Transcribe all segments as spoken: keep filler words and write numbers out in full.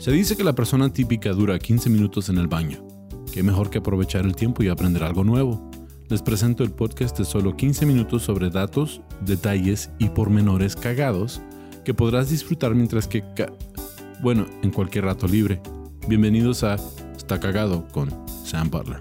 Se dice que la persona típica dura quince minutos en el baño. Qué mejor que aprovechar el tiempo y aprender algo nuevo. Les presento el podcast de solo quince minutos sobre datos, detalles y pormenores cagados que podrás disfrutar mientras que... Ca- bueno, en cualquier rato libre. Bienvenidos a Está Cagado con Sam Butler.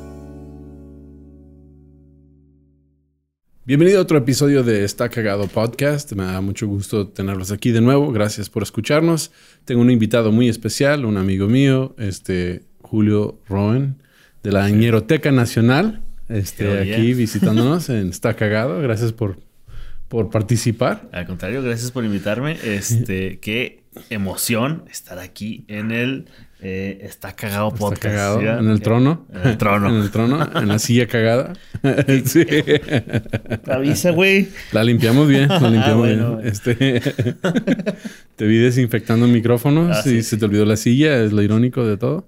Bienvenido a otro episodio de Está Cagado Podcast. Me da mucho gusto tenerlos aquí de nuevo. Gracias por escucharnos. Tengo un invitado muy especial, un amigo mío, este Julio Roen, de la Ñeroteca Nacional, este, aquí visitándonos en Está Cagado. Gracias por, por participar. Al contrario, gracias por invitarme. Este, qué emoción estar aquí en el eh, Está Cagado Podcast. Está Cagado, ¿sí? En el trono. En el trono. En el trono, en la silla cagada. Sí. Avisa, güey. La limpiamos bien, la limpiamos Ah, bueno, bien. Este, te vi desinfectando micrófonos ah, y sí. se te olvidó la silla, es lo irónico de todo.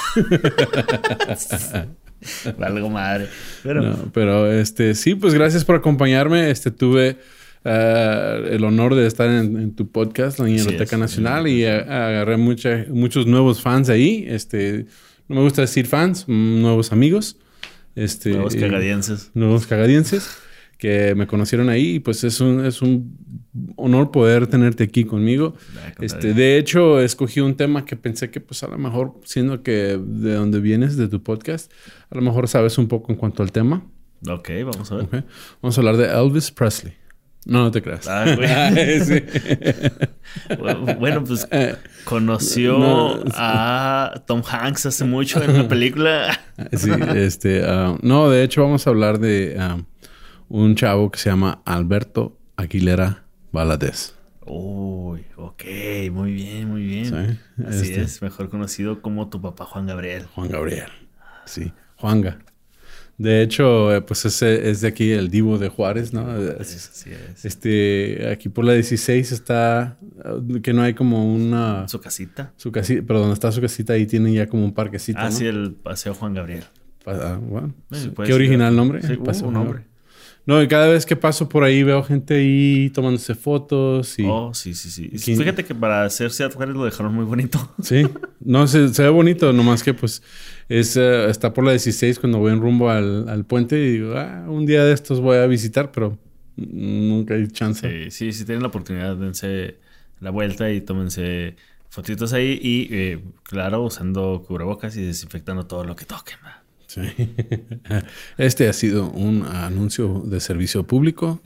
Valgo madre. Pero, No, pero este, sí, pues gracias por acompañarme. Este, tuve uh, el honor de estar en, en tu podcast, la Ñeroteca Nacional, y a, agarré mucha, muchos nuevos fans ahí. Este, no me gusta decir fans, nuevos amigos. Este, nuevos cagadienses. Eh, nuevos cagadienses que me conocieron ahí. Y pues es un, es un honor poder tenerte aquí conmigo. Este, de hecho, escogí un tema que pensé que pues a lo mejor, siendo que de donde vienes, de tu podcast, a lo mejor sabes un poco en cuanto al tema. Ok, vamos a ver. Okay. Vamos a hablar de Elvis Presley. No, no te creas. Ah, güey. Sí. Bueno, pues conoció no, sí. a Tom Hanks hace mucho en una película. Sí, este... Uh, no, de hecho vamos a hablar de um, un chavo que se llama Alberto Aguilera Valadez. Uy, ok, muy bien, muy bien. Sí, Así este, es, mejor conocido como tu papá Juan Gabriel. Juan Gabriel, sí, Juanga. De hecho, eh, pues ese es de aquí el Divo de Juárez, ¿no? Así es, así es. Este, aquí por la dieciséis está, uh, que no hay como una... Su casita. Su casita, pero donde está su casita ahí tienen ya como un parquecito, Ah, ¿no? sí, el Paseo Juan Gabriel. Ah, bueno, Sí, qué original nombre. Sí, Paseo uh, un Juan nombre. Gabriel. No, y cada vez que paso por ahí veo gente ahí tomándose fotos y... Oh, sí, sí, sí. ¿Quién? Fíjate que para hacer Ciudad Juárez lo dejaron muy bonito. Sí, no, se, se ve bonito, nomás que pues es uh, está por la dieciséis cuando voy en rumbo al, al puente y digo, ah, un día de estos voy a visitar, pero nunca hay chance. Sí, sí, si tienen la oportunidad, dense la vuelta y tómense fotitos ahí y, eh, claro, usando cubrebocas y desinfectando todo lo que toquen, ¿verdad? Sí. Este ha sido un anuncio de servicio público.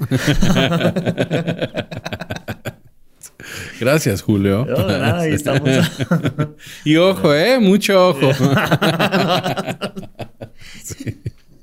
Gracias, Julio. No, nada, ahí estamos. Y ojo, ¿eh? Mucho ojo. Sí.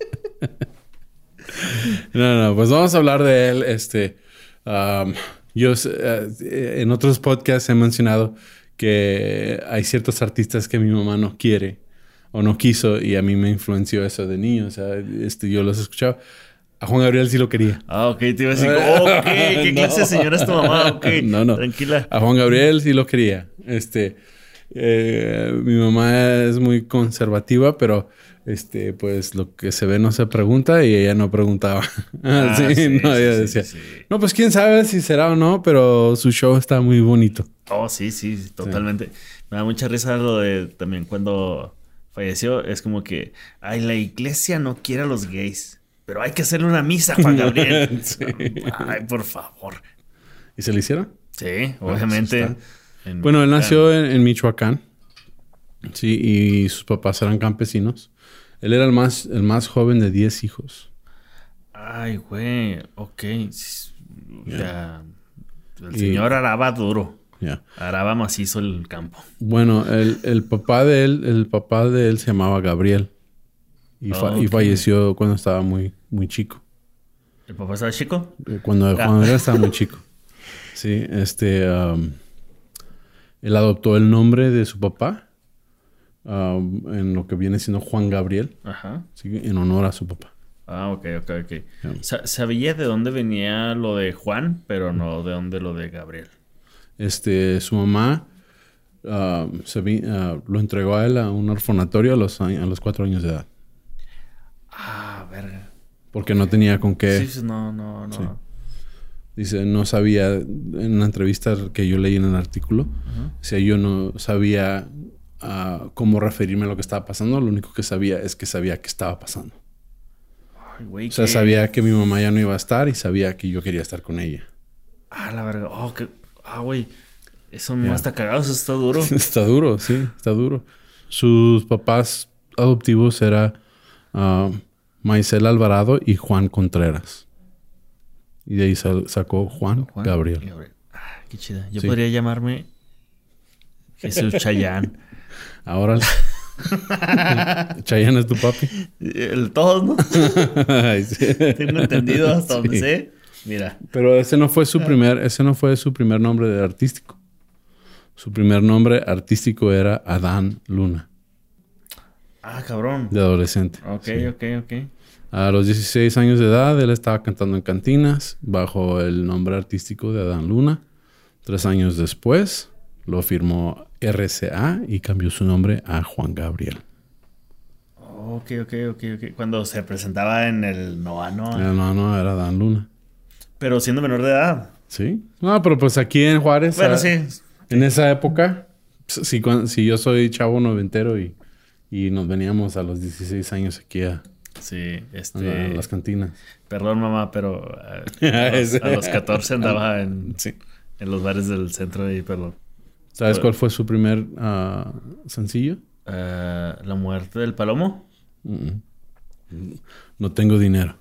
No, no, pues vamos a hablar de él. Este, um, yo uh, en otros podcasts he mencionado que hay ciertos artistas que mi mamá no quiere o no quiso, y a mí me influenció eso de niño. O sea, este, yo los escuchaba. A Juan Gabriel sí lo quería. Ah, ok. Te iba a decir, ok, ¿qué clase no. de señora es tu mamá? Ok, no, no. Tranquila. A Juan Gabriel sí lo quería. Este, eh, mi mamá es muy conservativa, pero este, pues lo que se ve no se pregunta, y ella no preguntaba. Ah, sí, sí, no, sí, ella sí, decía, sí, sí. no, pues quién sabe si será o no, pero su show está muy bonito. Oh, sí, sí, totalmente. Sí. Me da mucha risa lo de también cuando falleció. Es como que, ay, la iglesia no quiere a los gays, pero hay que hacerle una misa a Juan Gabriel. Sí. Ay, por favor. ¿Y se le hicieron? Sí, obviamente. En bueno, él nació en, en Michoacán. Sí, y sus papás eran campesinos. Él era el más, el más joven de diez hijos. Ay, güey. Ok. Yeah. Ya. El señor y... araba duro. Yeah. Araba macizo el campo. Bueno, el, el papá de él, el papá de él se llamaba Gabriel. Y, fa- oh, okay. y falleció cuando estaba muy, muy chico. ¿El papá estaba chico? Cuando ah. Juan Gabriel estaba muy chico. Sí, este... Um, él adoptó el nombre de su papá. Um, en lo que viene siendo Juan Gabriel. Ajá. ¿Sí? En honor a su papá. Ah, ok, ok, ok. Yeah. Sa- sabía de dónde venía lo de Juan, pero no de dónde lo de Gabriel. Este, su mamá uh, se vi, uh, lo entregó a él a un orfanatorio a los, a los cuatro años de edad. Ah, verga. Porque okay. no tenía con qué. Sí, no, no, no. Sí. Dice, no sabía, en una entrevista que yo leí en el artículo, uh-huh. Dice, yo no sabía uh, cómo referirme a lo que estaba pasando. Lo único que sabía es que sabía que estaba pasando. Ay, güey, o sea, ¿qué? Sabía que mi mamá ya no iba a estar y sabía que yo quería estar con ella. Ah, la verga. Oh, que... Ah, güey. Eso no yeah. está cagado, eso está duro. Está duro, sí, está duro. Sus papás adoptivos eran uh, Maisel Alvarado y Juan Contreras. Y de ahí sal, sacó Juan, Juan Gabriel. Gabriel. Ah, qué chida. Yo sí. podría llamarme Jesús Chayán. Ahora. ¿Chayán es tu papi? El todos, ¿no? Ay, sí. Tengo entendido hasta sí. donde sé. Mira. Pero ese no fue su primer, ese no fue su primer nombre de artístico. Su primer nombre artístico era Adán Luna. Ah, cabrón. De adolescente. Ok, sí. ok, ok. A los dieciséis años de edad, él estaba cantando en cantinas bajo el nombre artístico de Adán Luna. Tres años después, lo firmó R C A y cambió su nombre a Juan Gabriel. Ok, ok, ok, ok. Cuando se presentaba en el Novano. El Novano era Adán Luna. Pero siendo menor de edad. Sí. No, pero pues aquí en Juárez. Bueno, a, sí. En esa época, si, si yo soy chavo noventero y, y nos veníamos a los dieciséis años aquí a... Sí, este... A las cantinas. Perdón, mamá, pero uh, a, los, a los catorce andaba en, sí. en los bares del centro y perdón. ¿Sabes pero, cuál fue su primer uh, sencillo? Uh, ¿La muerte del palomo? Mm-mm. No tengo dinero.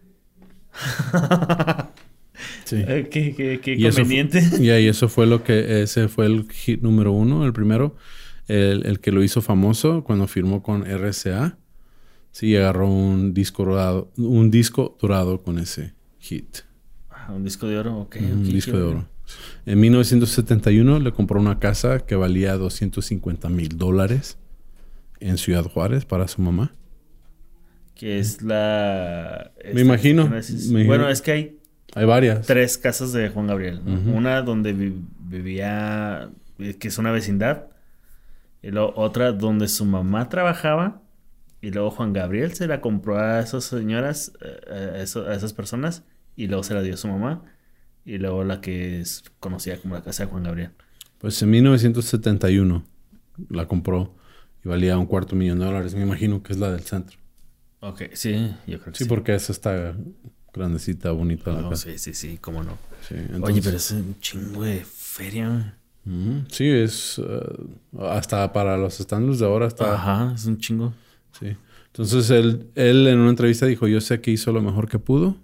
Sí. Eh, qué qué, qué y conveniente. Eso fue, y ahí eso fue lo que... Ese fue el hit número uno, el primero. El, el que lo hizo famoso cuando firmó con R C A. Sí, agarró un disco dorado, un disco dorado con ese hit. Ah, un disco de oro, ok. Un okay, disco de oro. En mil novecientos setenta y uno le compró una casa que valía doscientos cincuenta mil dólares en Ciudad Juárez para su mamá. Que es la... Me imagino, es, me imagino. Bueno, es que hay... Hay varias. Tres casas de Juan Gabriel. ¿no? Uh-huh. Una donde vi- vivía... Que es una vecindad. Y luego otra donde su mamá trabajaba. Y luego Juan Gabriel se la compró a esas señoras, a, eso, a esas personas, y luego se la dio a su mamá. Y luego la que es conocida como la casa de Juan Gabriel. Pues en mil novecientos setenta y uno la compró y valía un cuarto millón de dólares. Me imagino que es la del centro. Ok, sí, yo creo que sí. Sí, porque esa está grandecita, bonita. No, la casa. sí, sí, sí, cómo no. Sí, entonces... Oye, pero es un chingo de feria. Uh-huh. Sí, es... Uh, hasta para los estándares de ahora está... Ajá, es un chingo. Sí. Entonces, él, él en una entrevista dijo, yo sé que hizo lo mejor que pudo.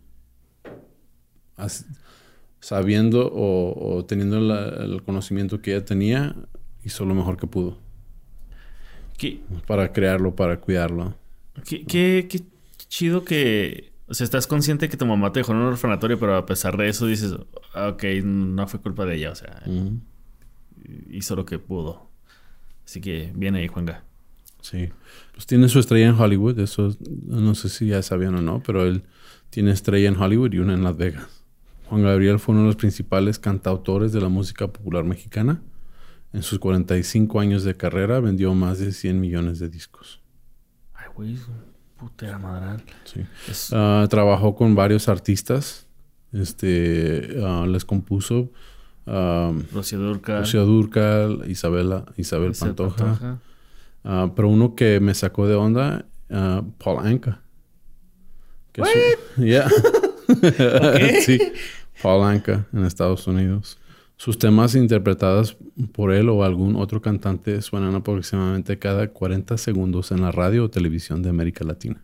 As, sabiendo o, o teniendo la, el conocimiento que ella tenía, hizo lo mejor que pudo. ¿Qué? Para crearlo, para cuidarlo. Qué, qué, qué chido que... O sea, estás consciente que tu mamá te dejó en un orfanatorio, pero a pesar de eso dices, ok, no fue culpa de ella, o sea, uh-huh. hizo lo que pudo. Así que bien ahí, Juanga. Sí. Pues tiene su estrella en Hollywood, eso no sé si ya sabían o no, pero él tiene estrella en Hollywood y una en Las Vegas. Juan Gabriel fue uno de los principales cantautores de la música popular mexicana. En sus cuarenta y cinco años de carrera vendió más de cien millones de discos. Ay, güey, putera madral. Sí. Es... Uh, trabajó con varios artistas. Este, uh, les compuso um, Rocío Dúrcal, Rocío Dúrcal, Isabela, Isabel Isabel Pantoja. Pantoja. Uh, pero uno que me sacó de onda, uh, Paul Anka. Que su, yeah. Okay. Sí, Paul Anka en Estados Unidos. Sus temas interpretados por él o algún otro cantante suenan aproximadamente cada cuarenta segundos en la radio o televisión de América Latina.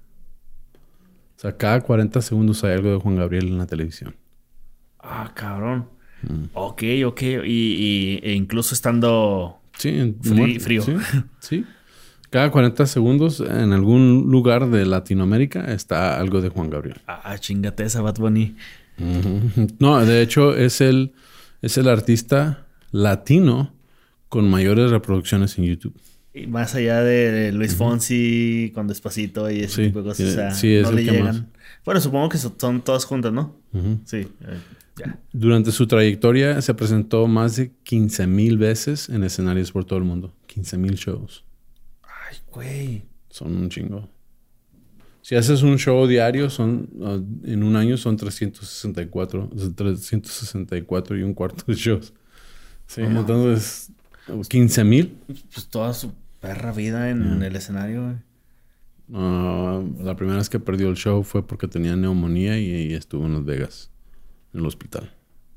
O sea, cada cuarenta segundos hay algo de Juan Gabriel en la televisión. Ah, cabrón. Mm. Ok, ok. Y, y e incluso estando sí, en, frí, frío. Sí, sí. Cada cuarenta segundos en algún lugar de Latinoamérica está algo de Juan Gabriel. Ah, chingate esa, Bad Bunny. Uh-huh. No, de hecho es el, es el artista latino con mayores reproducciones en YouTube. Y más allá de Luis Fonsi uh-huh. con Despacito y ese sí, tipo de cosas. O sea, sí, es no el le que llegan. Más. Bueno, supongo que son todas juntas, ¿no? Uh-huh. Sí. Eh, ya. Durante su trayectoria se presentó más de quince mil veces en escenarios por todo el mundo. quince mil shows. Ay, güey. Son un chingo. Si haces un show diario, son uh, en un año son trescientos sesenta y cuatro, trescientos sesenta y cuatro y un cuarto de shows. Sí, oh, entonces quince mil. Pues toda su perra vida en yeah. el escenario, güey. Uh, la primera vez que perdió el show fue porque tenía neumonía y, y estuvo en Las Vegas, en el hospital.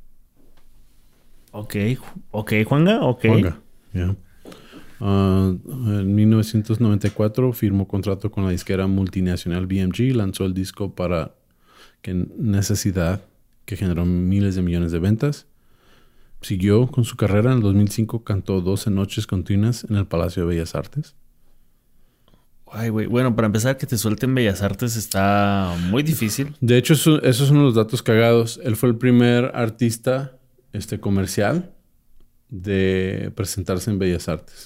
Ok, ok, Juanga, ok. Juanga, ya. Yeah. Uh, en mil novecientos noventa y cuatro firmó contrato con la disquera multinacional B M G y lanzó el disco Para que Necesidad, que generó miles de millones de ventas. Siguió con su carrera. En el dos mil cinco cantó doce noches continuas en el Palacio de Bellas Artes. Ay, güey. Bueno, para empezar, que te suelten Bellas Artes está muy difícil. De hecho, eso, esos son los datos cagados. Él fue el primer artista este, comercial de presentarse en Bellas Artes.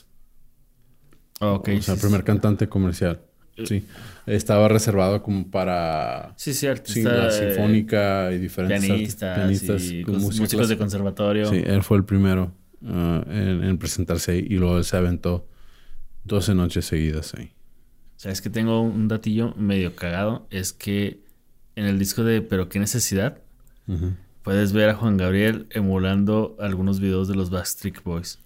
Okay, o sea, sí, primer sí. cantante comercial. Sí. Estaba reservado como para... Sí, sí, artista... Sí, la sinfónica y diferentes pianistas, pianistas y con músicos clásica. De conservatorio. Sí, él fue el primero uh, en, en presentarse ahí. Y luego él se aventó doce noches seguidas ahí. ¿Sabes que tengo un datillo medio cagado? Es que en el disco de Pero qué necesidad... Uh-huh. Puedes ver a Juan Gabriel emulando algunos videos de los Backstreet Boys.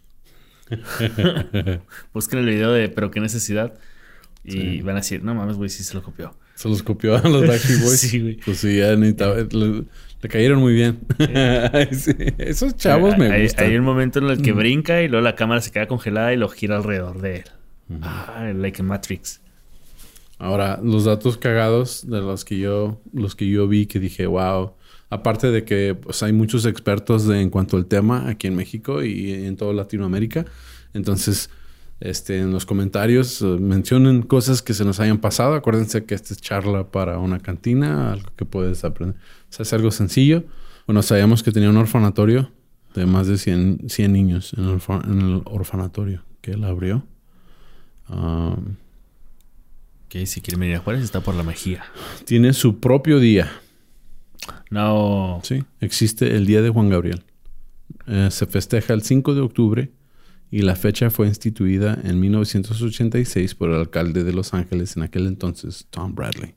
Busquen el video de Pero qué necesidad y sí. van a decir, no mames, güey, sí se lo copió. Se los copió a los Backstreet Boys. Sí, güey. Pues sí, ya necesitaba, le, le cayeron muy bien. Sí. Sí. Esos chavos me hay, gustan. Hay un momento en el que brinca y luego la cámara se queda congelada y lo gira alrededor de él. Uh-huh. Ah, like a Matrix. Ahora, los datos cagados de los que yo, los que yo vi que dije, wow. Aparte de que pues, hay muchos expertos de, en cuanto al tema aquí en México y en toda Latinoamérica. Entonces, este, en los comentarios uh, mencionen cosas que se nos hayan pasado. Acuérdense que esta es charla para una cantina, algo que puedes aprender. O sea, es algo sencillo. Bueno, sabíamos que tenía un orfanatorio de más de cien, cien niños en el, en el orfanatorio que él abrió. Um, que si quieren venir a Juárez está por La Mejía. Tiene su propio día. No. Sí, existe el Día de Juan Gabriel. Eh, se festeja el cinco de octubre y la fecha fue instituida en mil novecientos ochenta y seis por el alcalde de Los Ángeles en aquel entonces, Tom Bradley.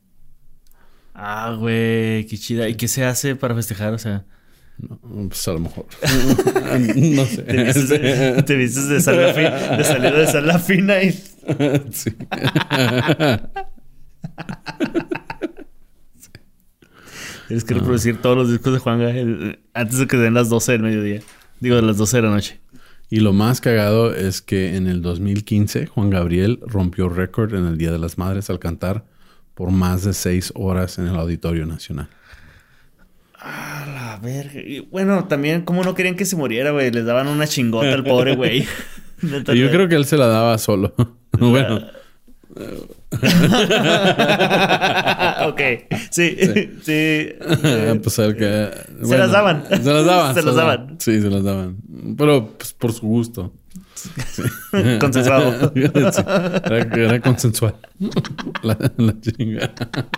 Ah, güey, qué chida. ¿Y qué se hace para festejar? O sea... No, pues a lo mejor. No sé. Te vistes de, te vistes de sala fina, de salida de sala fina y... Sí. Tienes que reproducir ah. todos los discos de Juan Gabriel antes de que den las doce del mediodía. Digo, de las doce de la noche. Y lo más cagado es que en el dos mil quince Juan Gabriel rompió récord en el Día de las Madres al cantar por más de seis horas en el Auditorio Nacional. Ah, la verga. Y bueno, también, ¿cómo no querían que se muriera, güey? Les daban una chingota al pobre güey. Yo creo que él se la daba solo. Bueno. Ok, sí, sí. sí. Pues el que, se bueno, las daban. Se las daban. Se las daban. Sí, se las daban. Pero pues, por su gusto. Sí. Consensuado. Sí. Era, era consensual. La, la chinga.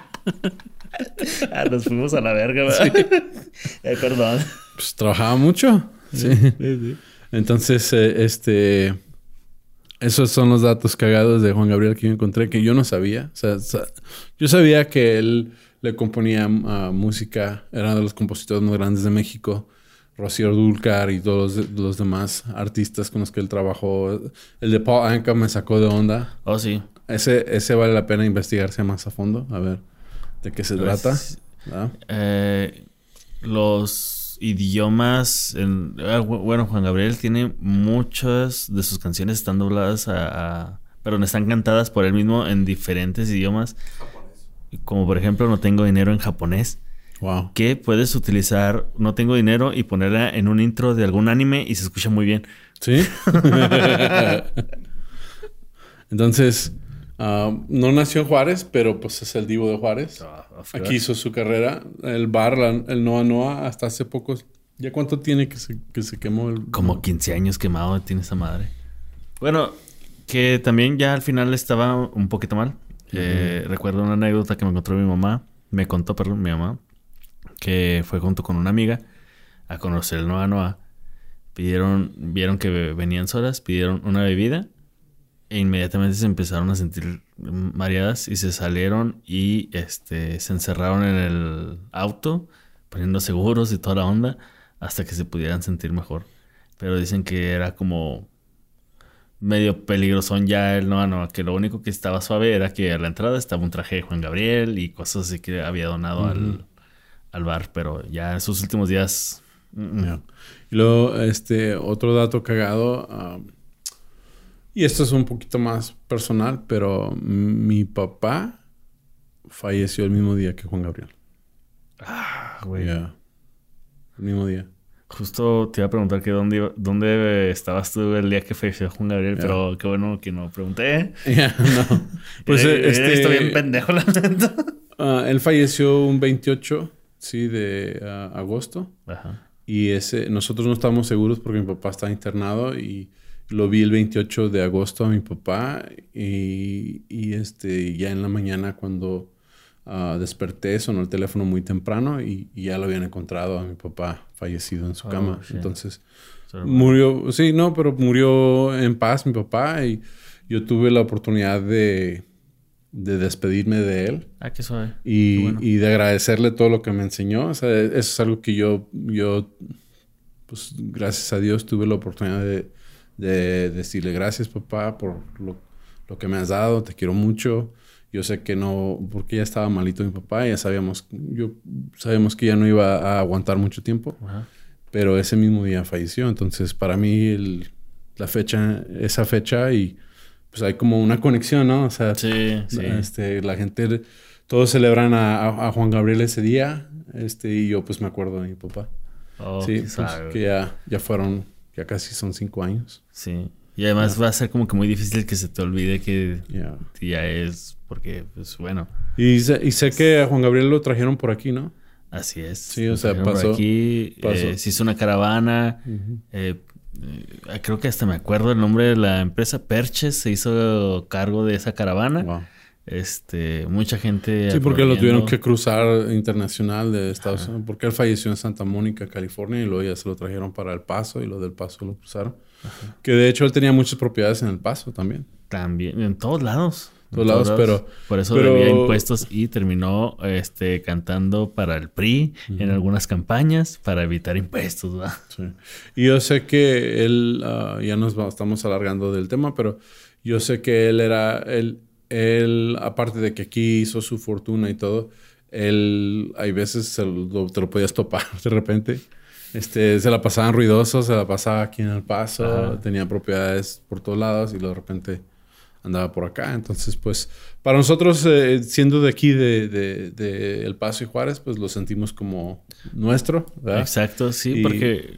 Ah, nos fuimos a la verga, ¿verdad? Sí. Eh, perdón. Pues trabajaba mucho. Sí. Sí, sí. Entonces, eh, este... Esos son los datos cagados de Juan Gabriel que yo encontré que yo no sabía. O sea, yo sabía que él le componía uh, música. Era uno de los compositores más grandes de México. Rocío Dúrcal y todos los, los demás artistas con los que él trabajó. El de Paul Anka me sacó de onda. Oh, sí. Ese, ese vale la pena investigarse más a fondo. A ver de qué se pues, trata. ¿Ah? Eh, los... idiomas en, bueno, Juan Gabriel tiene muchas de sus canciones están dobladas a, a perdón, están cantadas por él mismo en diferentes idiomas. Japonés. Como por ejemplo No tengo dinero en japonés. Wow. Que puedes utilizar No tengo dinero y ponerla en un intro de algún anime y se escucha muy bien. Sí. Entonces, uh, no nació en Juárez, pero pues es el divo de Juárez. Oh, aquí hizo su carrera. El bar, la, el Noa Noa, hasta hace poco. ¿Ya cuánto tiene que se, que se quemó? El... Como quince años quemado tiene esa madre. Bueno, que también ya al final estaba un poquito mal. Uh-huh. Eh, recuerdo una anécdota que me encontró mi mamá. Me contó, perdón, mi mamá. Que fue junto con una amiga a conocer el Noa Noa. Pidieron, vieron que venían sodas, pidieron una bebida. E inmediatamente se empezaron a sentir mareadas y se salieron y este, se encerraron en el auto, poniendo seguros y toda la onda, hasta que se pudieran sentir mejor. Pero dicen que era como medio peligrosón ya el no, no, que lo único que estaba suave era que a la entrada estaba un traje de Juan Gabriel y cosas así que había donado uh-huh. al, al bar, pero ya en sus últimos días... Uh-uh. Yeah. Y luego, este, otro dato cagado... Um... Y esto es un poquito más personal, pero mi papá falleció el mismo día que Juan Gabriel. Ah, güey. Yeah. El mismo día. Justo te iba a preguntar que dónde, dónde estabas tú el día que falleció Juan Gabriel, yeah. pero qué bueno que no pregunté. Yeah, no. Pues eh, este... Estoy bien pendejo, la neta. Uh, él falleció un veintiocho, sí, de uh, agosto. Ajá. Y ese, nosotros no estábamos seguros porque mi papá está internado y... Lo vi el veintiocho de agosto a mi papá y, y este, ya en la mañana cuando uh, desperté sonó el teléfono muy temprano y, y ya lo habían encontrado a mi papá fallecido en su oh, cama. Shit. Entonces Sorry, murió, man. sí, no, pero murió en paz mi papá y yo tuve la oportunidad de, de despedirme de él. Ah, qué suave. Y, qué bueno. y de agradecerle todo lo que me enseñó. O sea, eso es algo que yo, yo pues gracias a Dios tuve la oportunidad de... De decirle gracias papá por lo, lo que me has dado, te quiero mucho. Yo sé que no, porque ya estaba malito mi papá, ya sabíamos, yo sabíamos que ya no iba a aguantar mucho tiempo, Ajá. pero ese mismo día falleció. Entonces para mí el, la fecha, esa fecha y pues hay como una conexión, ¿no? O sea, sí, sí. Este, la gente, todos celebran a, a, a Juan Gabriel ese día, este, y yo pues me acuerdo de mi papá. Oh, sí, pues, que ya, ya fueron... Ya casi son cinco años. Sí. Y además yeah. va a ser como que muy difícil que se te olvide que yeah. ya es... Porque, pues, bueno. Y sé, y sé que a Juan Gabriel lo trajeron por aquí, ¿no? Así es. Sí, o sea, pasó. Por aquí. pasó. Eh, se hizo una caravana. Uh-huh. eh, eh, creo que hasta me acuerdo el nombre de la empresa. Perches se hizo cargo de esa caravana. Wow. Este, mucha gente... Sí, porque lo tuvieron que cruzar internacional de Estados Unidos. Porque él falleció en Santa Mónica, California, y luego ya se lo trajeron para El Paso y lo del Paso lo cruzaron. Ajá. Que de hecho él tenía muchas propiedades en El Paso también. También, en todos lados. En todos lados, pero... Por eso pero... debía impuestos y terminó este, cantando para el P R I uh-huh. en algunas campañas para evitar impuestos, ¿verdad? Sí. Y yo sé que él... Uh, ya nos estamos alargando del tema, pero yo sé que él era... Él, Él, aparte de que aquí hizo su fortuna y todo, él, hay veces se lo, te lo podías topar de repente. Este, se la pasaban ruidosos, se la pasaba aquí en El Paso, ajá. tenía propiedades por todos lados y luego de repente andaba por acá. Entonces, pues, para nosotros, eh, siendo de aquí, de, de, de El Paso y Juárez, pues lo sentimos como nuestro, ¿verdad? Exacto, sí, y... porque,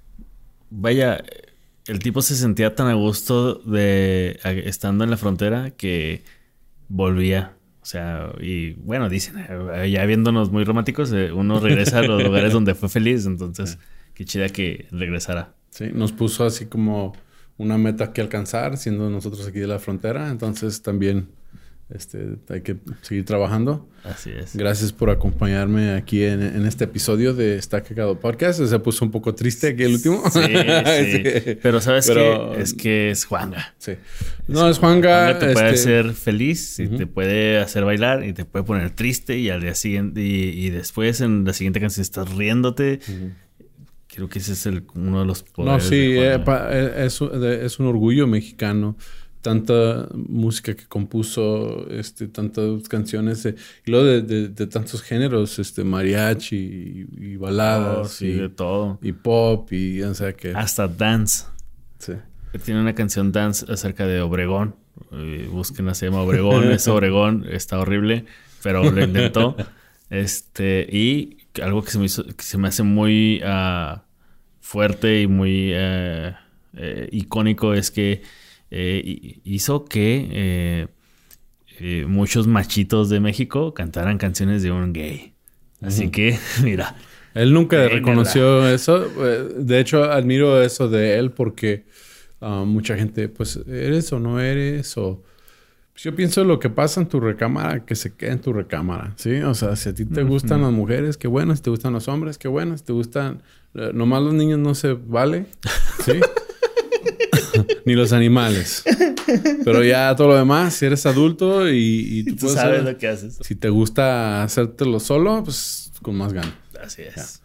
vaya, el tipo se sentía tan a gusto de estando en la frontera que volvía. O sea, y bueno, dicen, ya viéndonos muy románticos, uno regresa a los lugares donde fue feliz. Entonces, sí. qué chida que regresara. Sí, nos puso así como una meta que alcanzar, siendo nosotros aquí de la frontera. Entonces, también este, hay que seguir trabajando. Así es. Gracias por acompañarme aquí en, en este episodio de Está Cagado Podcast. Se puso un poco triste aquí el último. Sí, sí. sí. Pero ¿sabes Pero, qué? Es que es Juanga. Sí. No, es Juanga. Juanga te puede este... hacer feliz y uh-huh. te puede hacer bailar y te puede poner triste y al día siguiente y, y después en la siguiente canción estás riéndote. Uh-huh. Creo que ese es el, uno de los poderes. No, sí, de eh, pa, es, es un orgullo mexicano. Tanta música que compuso, este, tantas canciones, eh, y luego de, de, de tantos géneros, este, mariachi y, y baladas. Oh, sí, y, de todo. Y pop y, o sea, que... Hasta dance. Sí. Tiene una canción dance acerca de Obregón. Eh, búsquenla, se llama Obregón. Es Obregón, está horrible, pero lo intentó. este, y algo que se me hizo, que se me hace muy uh, fuerte y muy uh, eh, icónico es que Eh, hizo que eh, eh, muchos machitos de México cantaran canciones de un gay. Así uh-huh. que, mira. Él nunca venga, reconoció la... eso. De hecho, admiro eso de él porque uh, mucha gente, pues, ¿eres o no eres? O pues, yo pienso lo que pasa en tu recámara, que se quede en tu recámara, ¿sí? O sea, si a ti te uh-huh. gustan las mujeres, qué bueno. Si te gustan los hombres, qué bueno. Si te gustan... Uh, nomás los niños no se vale, ¿sí? Ni los animales. Pero ya todo lo demás, si eres adulto y, y tú, Tú puedes sabes hacer- lo que haces. si te gusta hacértelo solo, pues con más ganas. Así es.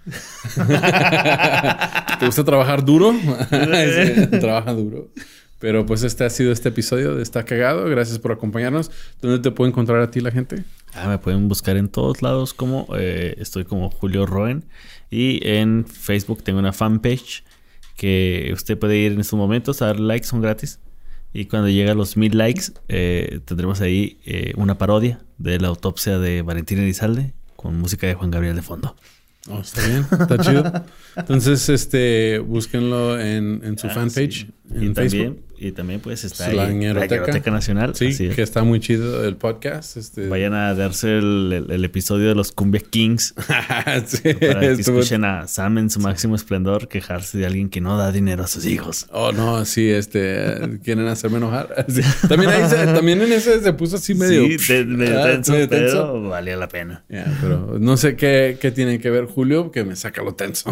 ¿Te gusta trabajar duro? Sí, trabaja duro. Pero pues este ha sido este episodio de Está Cagado. Gracias por acompañarnos. ¿Dónde te puede encontrar a ti la gente? Ah, me pueden buscar en todos lados como eh, estoy como Julio Roen. Y en Facebook tengo una fanpage que usted puede ir en estos momentos a dar likes, son gratis. Y cuando llega a los mil likes, eh, tendremos ahí eh, una parodia de la autopsia de Valentín Elizalde con música de Juan Gabriel de fondo. Oh, está bien, está chido. Entonces, este, búsquenlo en, en su Ah, fanpage sí. en y Facebook. también y también pues está Es ahí la la Ñeroteca. Ñeroteca Nacional. Sí, Así es. que está muy chido el podcast. Este... Vayan a darse el, el- el episodio de los Cumbia Kings Sí, para que estuvo- escuchen a Sam en su máximo esplendor quejarse de alguien que no da dinero a sus hijos. Oh, no, sí, este, quieren hacerme enojar. Sí. También, ahí se- también en ese se puso así medio... Sí, de- medio Ah, tenso, medio pero tenso. valía la pena. Ya, pero no sé qué, qué tiene que ver Julio, que me saca lo tenso.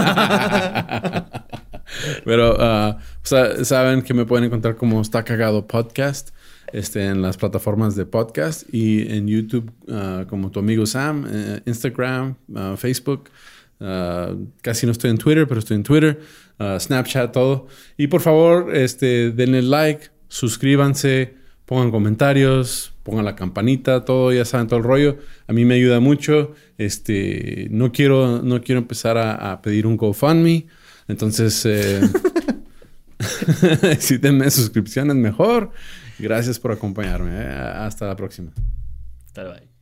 Pero uh, sa- saben que me pueden encontrar como Está Cagado Podcast, este, en las plataformas de podcast y en YouTube uh, como tu amigo Sam, eh, Instagram, uh, Facebook. Uh, casi no estoy en Twitter, pero estoy en Twitter, uh, Snapchat, todo. Y por favor, este, denle like, suscríbanse, pongan comentarios, pongan la campanita, todo, ya saben, todo el rollo. A mí me ayuda mucho. Este, no quiero, no quiero empezar a, a pedir un GoFundMe. Entonces, eh, si denme suscripciones mejor. Gracias por acompañarme. eh. Hasta la próxima. Hasta luego.